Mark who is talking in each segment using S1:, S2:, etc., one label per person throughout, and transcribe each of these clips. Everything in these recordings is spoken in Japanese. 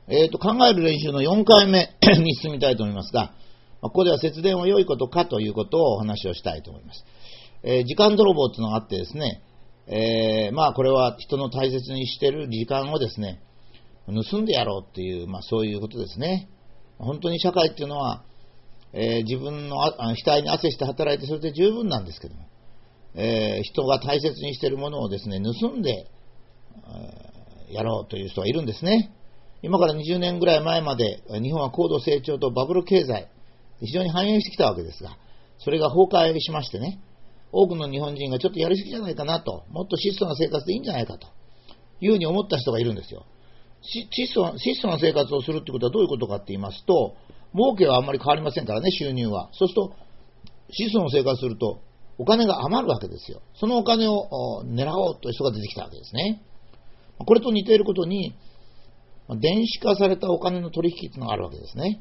S1: 考える練習の4回目に進みたいと思いますが、ここでは節電は良いことかということをお話をしたいと思います。時間泥棒というのがあってですね、これは人の大切にしている時間をですね、盗んでやろうっていう、そういうことですね。本当に社会っていうのは、自分の額に汗して働いてそれで十分なんですけども、人が大切にしているものをですね、盗んで、やろうという人がいるんですね。今から20年ぐらい前まで日本は高度成長とバブル経済非常に繁栄してきたわけですが、それが崩壊しましてね、多くの日本人がちょっとやりすぎじゃないかなと、もっと質素な生活でいいんじゃないかというふうに思った人がいるんですよ。質素な生活をするということはどういうことかって言いますと、儲けはあんまり変わりませんからね、収入は。そうすると質素な生活するとお金が余るわけですよ。そのお金を狙おうという人が出てきたわけですね。これと似ていることに、電子化されたお金の取引というのがあるわけですね。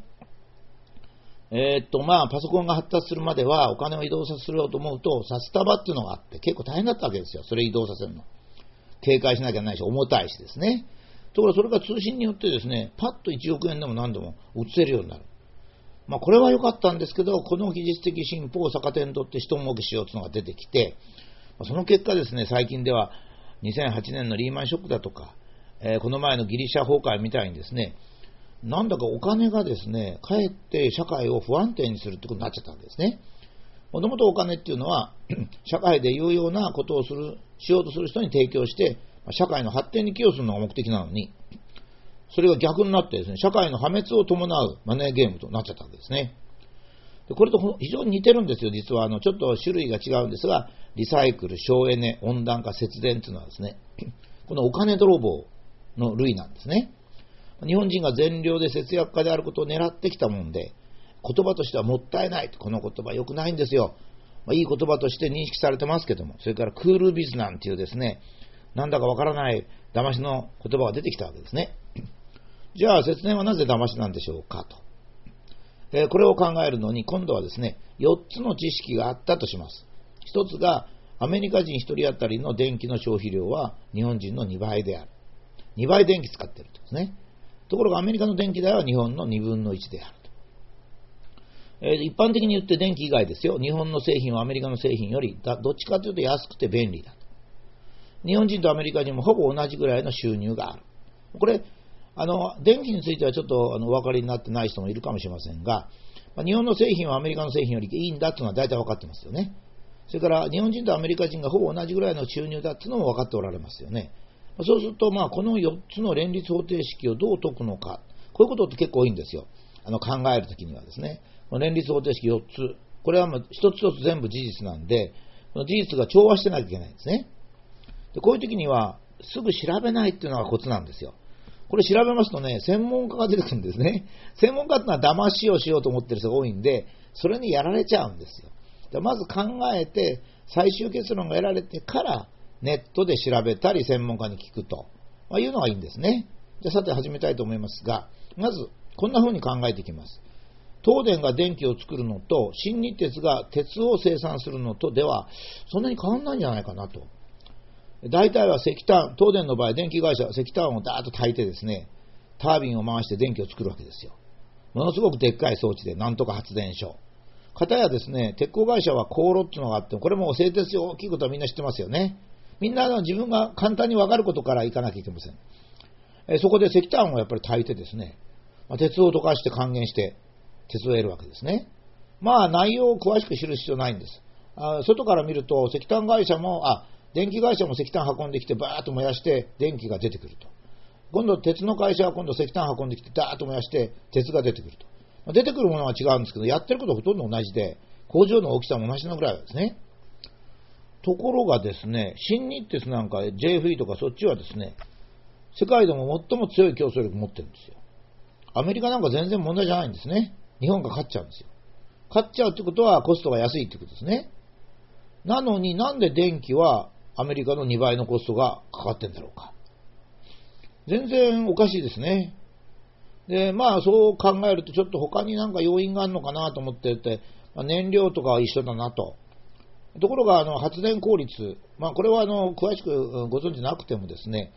S1: パソコンが発達するまではお金を移動させようと思うと、札束っていうのがあって結構大変だったわけですよ。それ移動させるの。警戒しなきゃないし、重たいしですね。ところがそれが通信によってですね、パッと1億円でも何でも移せるようになる。これは良かったんですけど、この技術的進歩を逆手にとって人儲けしようというのが出てきて、その結果ですね、最近では2008年のリーマンショックだとか、この前のギリシャ崩壊みたいにですね、なんだかお金がですね、かえって社会を不安定にするってことになっちゃったわけですね。もともとお金っていうのは社会で有用なことをしようとする人に提供して社会の発展に寄与するのが目的なのに、それが逆になってですね、社会の破滅を伴うマネーゲームとなっちゃったわけですね。でこれと非常に似てるんですよ。実はちょっと種類が違うんですが、リサイクル、省エネ、温暖化、節電というのはですね、このお金泥棒の類なんですね。日本人が善良で節約家であることを狙ってきたもんで、言葉としてはもったいない。この言葉良くないんですよ。いい言葉として認識されてますけども、それからクールビズなんていうですね、なんだかわからない騙しの言葉が出てきたわけですね。じゃあ節電はなぜ騙しなんでしょうかと。これを考えるのに今度はですね、4つの知識があったとします。1つがアメリカ人1人当たりの電気の消費量は日本人の2倍である。2倍電気使っているとですね。ところがアメリカの電気代は日本の2分の1であると。一般的に言って電気以外ですよ。日本の製品はアメリカの製品よりどっちかというと安くて便利だと。日本人とアメリカ人もほぼ同じぐらいの収入がある。これ電気についてはちょっとお分かりになってない人もいるかもしれませんが、日本の製品はアメリカの製品よりいいんだというのは大体分かってますよね。それから日本人とアメリカ人がほぼ同じぐらいの収入だというのも分かっておられますよね。そうすると、この4つの連立方程式をどう解くのか、こういうことって結構多いんですよ。考えるときにはですね、連立方程式4つ、これは一つ一つ全部事実なんで、事実が調和してなきゃいけないんですね。でこういうときには、すぐ調べないっていうのがコツなんですよ。これ調べますとね、専門家が出てくるんですね。専門家ってのは騙しをしようと思ってる人が多いんで、それにやられちゃうんですよ。でまず考えて、最終結論が得られてから、ネットで調べたり専門家に聞くと、いうのがいいんですね。じゃあさて始めたいと思いますが、まずこんな風に考えていきます。東電が電気を作るのと新日鉄が鉄を生産するのとではそんなに変わらないんじゃないかなと。大体は石炭、東電の場合電気会社は石炭をダーッと炊いてですね、タービンを回して電気を作るわけですよ。ものすごくでっかい装置でなんとか発電所。かたやですね、鉄鋼会社は高炉っていうのがあって、これも製鉄所大きいことはみんな知ってますよね。みんな自分が簡単に分かることからいかなきゃいけません。そこで石炭をやっぱり炊いてですね、鉄を溶かして還元して鉄を得るわけですね。内容を詳しく知る必要ないんです。外から見ると石炭会社も電気会社も石炭運んできてバーッと燃やして電気が出てくると。今度鉄の会社は今度石炭運んできてダーッと燃やして鉄が出てくると。出てくるものは違うんですけど、やってることはほとんど同じで、工場の大きさも同じなぐらいですね。ところがですね、新日鉄なんか JFE とかそっちはですね、世界でも最も強い競争力を持ってるんですよ。アメリカなんか全然問題じゃないんですね。日本が勝っちゃうんですよ。勝っちゃうってことはコストが安いってことですね。なのになんで電気はアメリカの2倍のコストがかかってんだろうか。全然おかしいですね。で、そう考えるとちょっと他になんか要因があるのかなと思ってて、燃料とかは一緒だなと。ところが発電効率、これは詳しくご存知なくてもですね、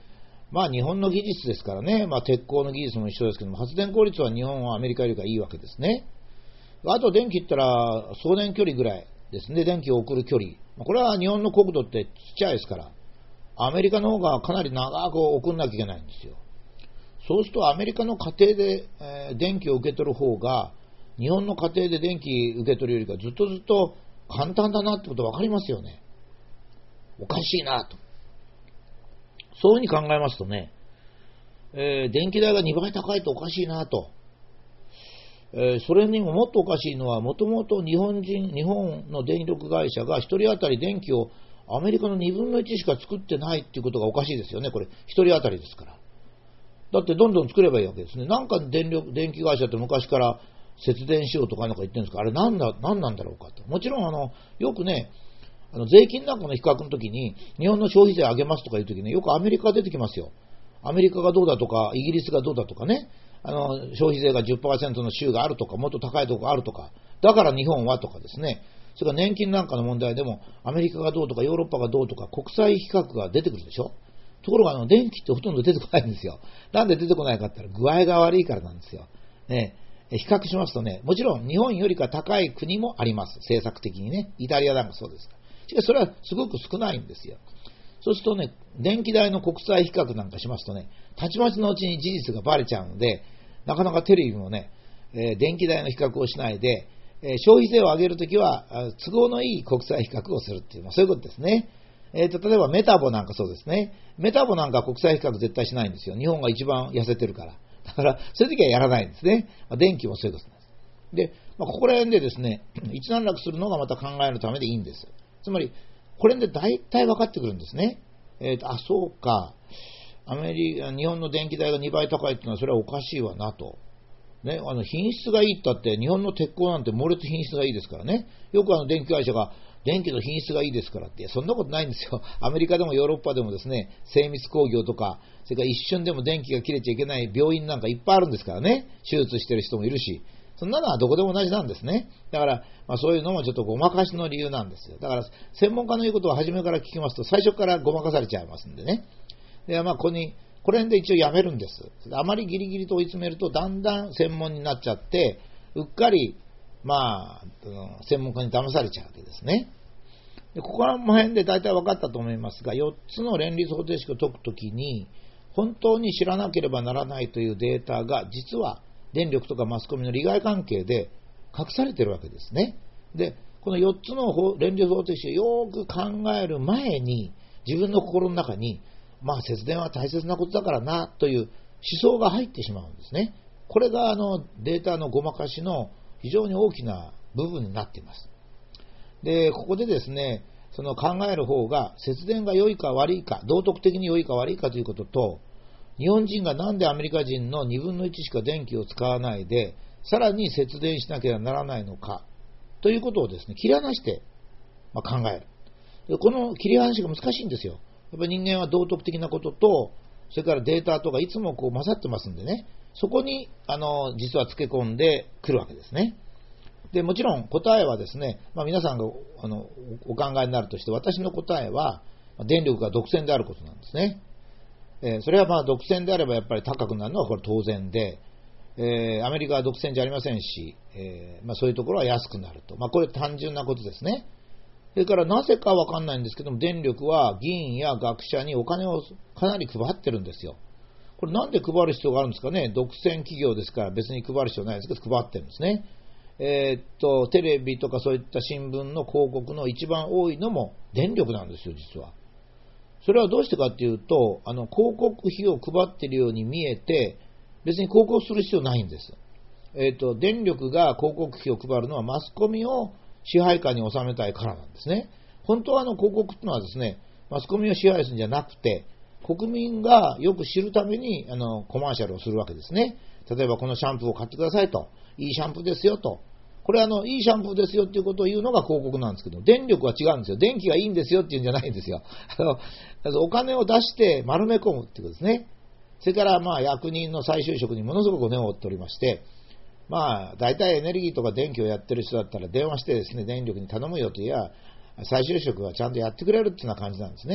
S1: まあ日本の技術ですからね、まあ鉄鋼の技術も一緒ですけども、発電効率は日本はアメリカよりかいいわけですね。あと電気って言ったら送電距離ぐらいですね、電気を送る距離。これは日本の国土ってちっちゃいですから、アメリカの方がかなり長く送んなきゃいけないんですよ。そうするとアメリカの家庭で、電気を受け取る方が、日本の家庭で電気受け取るよりかずっと簡単だなってこと分かりますよね。おかしいなと。そういうふうに考えますとね、電気代が2倍高いとおかしいなと。それにももっとおかしいのは、もともと日本の電力会社が1人当たり電気をアメリカの2分の1しか作ってないっていうことがおかしいですよね。これ1人当たりですから。だってどんどん作ればいいわけですね。なんか電気会社って昔から節電しようとかなんか言ってるんですか、あれ何なんだろうかと。もちろんよくね、税金なんかの比較の時に日本の消費税上げますとかいう時によくアメリカが出てきますよ。アメリカがどうだとかイギリスがどうだとかね、消費税が 10% の州があるとか、もっと高いところがあるとか、だから日本はとかですね、それから年金なんかの問題でもアメリカがどうとかヨーロッパがどうとか国際比較が出てくるでしょ。ところが電気ってほとんど出てこないんですよ。なんで出てこないかって言ったら具合が悪いからなんですよ。ね、比較しますとね、もちろん日本よりか高い国もあります。政策的にね。イタリアなんかそうですから。しかしそれはすごく少ないんですよ。そうするとね、電気代の国際比較なんかしますとね、たちまちのうちに事実がバレちゃうので、なかなかテレビもね、電気代の比較をしないで、消費税を上げるときは都合のいい国際比較をするっていう、そういうことですね。例えばメタボなんかそうですね。メタボなんか国際比較絶対しないんですよ。日本が一番痩せてるから。だから、そういう時はやらないんですね。電気もそういうことなんです。で、ここら辺でですね、一段落するのがまた考えるためでいいんです。つまり、これで大体分かってくるんですね。そうか。日本の電気代が2倍高いっていうのはそれはおかしいわなと。ね、品質がいいったって日本の鉄鋼なんて猛烈品質がいいですからね。よく電気会社が電気の品質がいいですからって、そんなことないんですよ。アメリカでもヨーロッパでもですね、精密工業とか、それから一瞬でも電気が切れちゃいけない病院なんかいっぱいあるんですからね。手術してる人もいるし、そんなのはどこでも同じなんですね。だから、そういうのもちょっとごまかしの理由なんですよ。だから専門家の言うことを初めから聞きますと最初からごまかされちゃいますんでね。で、これで一応やめるんです。あまりギリギリと追い詰めるとだんだん専門になっちゃって、うっかり専門家に騙されちゃうわけですね。でここら辺で大体分かったと思いますが、4つの連立方程式を解くときに本当に知らなければならないというデータが実は電力とかマスコミの利害関係で隠されているわけですね。で、この4つの連立方程式をよく考える前に自分の心の中に節電は大切なことだからなという思想が入ってしまうんですね。これがデータのごまかしの非常に大きな部分になっています。で、ここでですね、その考える方が節電が良いか悪いか、道徳的に良いか悪いかということと、日本人がなんでアメリカ人の2分の1しか電気を使わないで、さらに節電しなければならないのかということをですね、切り離して考える。でこの切り離しが難しいんですよ。やっぱり人間は道徳的なことと、それからデータとかいつも混ざってますんでね、そこに実はつけ込んでくるわけですね。でもちろん答えはですね、皆さんがお考えになるとして、私の答えは電力が独占であることなんですね。それは独占であればやっぱり高くなるのはこれ当然で、アメリカは独占じゃありませんし、そういうところは安くなると。これ単純なことですね。それからなぜかわかんないんですけども、電力は議員や学者にお金をかなり配ってるんですよ。これなんで配る必要があるんですかね。独占企業ですから別に配る必要ないですけど配ってるんですね。テレビとかそういった新聞の広告の一番多いのも電力なんですよ、実は。それはどうしてかっていうと、広告費を配っているように見えて、別に広告する必要ないんです。電力が広告費を配るのはマスコミを支配下に収めたいからなんですね。本当は広告っていうのはですね、マスコミを支配するんじゃなくて、国民がよく知るためにコマーシャルをするわけですね。例えばこのシャンプーを買ってくださいと、いいシャンプーですよと。これいいシャンプーですよっていうことを言うのが広告なんですけど、電力は違うんですよ。電気がいいんですよっていうんじゃないんですよ。お金を出して丸め込むっていうことですね。それから役人の再就職にものすごく根を追っておりまして、大体エネルギーとか電気をやってる人だったら電話してですね、電力に頼むよと言えば再就職はちゃんとやってくれるっていうような感じなんですね。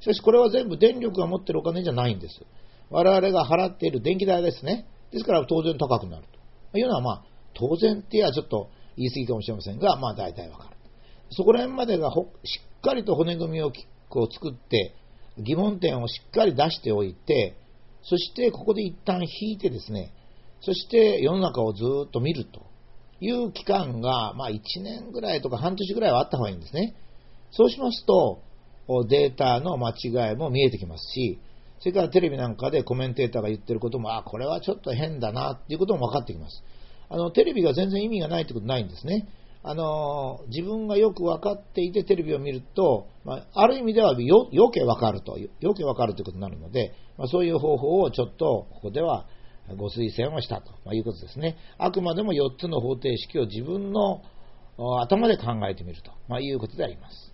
S1: しかしこれは全部電力が持っているお金じゃないんです。我々が払っている電気代ですね。ですから当然高くなるというのは、当然っていうのはちょっと言い過ぎかもしれませんが、大体わかる。そこら辺までがしっかりと骨組みを作って、疑問点をしっかり出しておいて、そしてここで一旦引いてですね、そして世の中をずっと見るという期間が、1年ぐらいとか半年ぐらいはあった方がいいんですね。そうしますと、データの間違いも見えてきますし、それからテレビなんかでコメンテーターが言ってることも、これはちょっと変だなっていうことも分かってきます。テレビが全然意味がないってことないんですね。自分がよく分かっていてテレビを見ると、ある意味では余計分かるということになるので、そういう方法をちょっとここではご推薦をしたということですね。あくまでも4つの方程式を自分の頭で考えてみるということであります。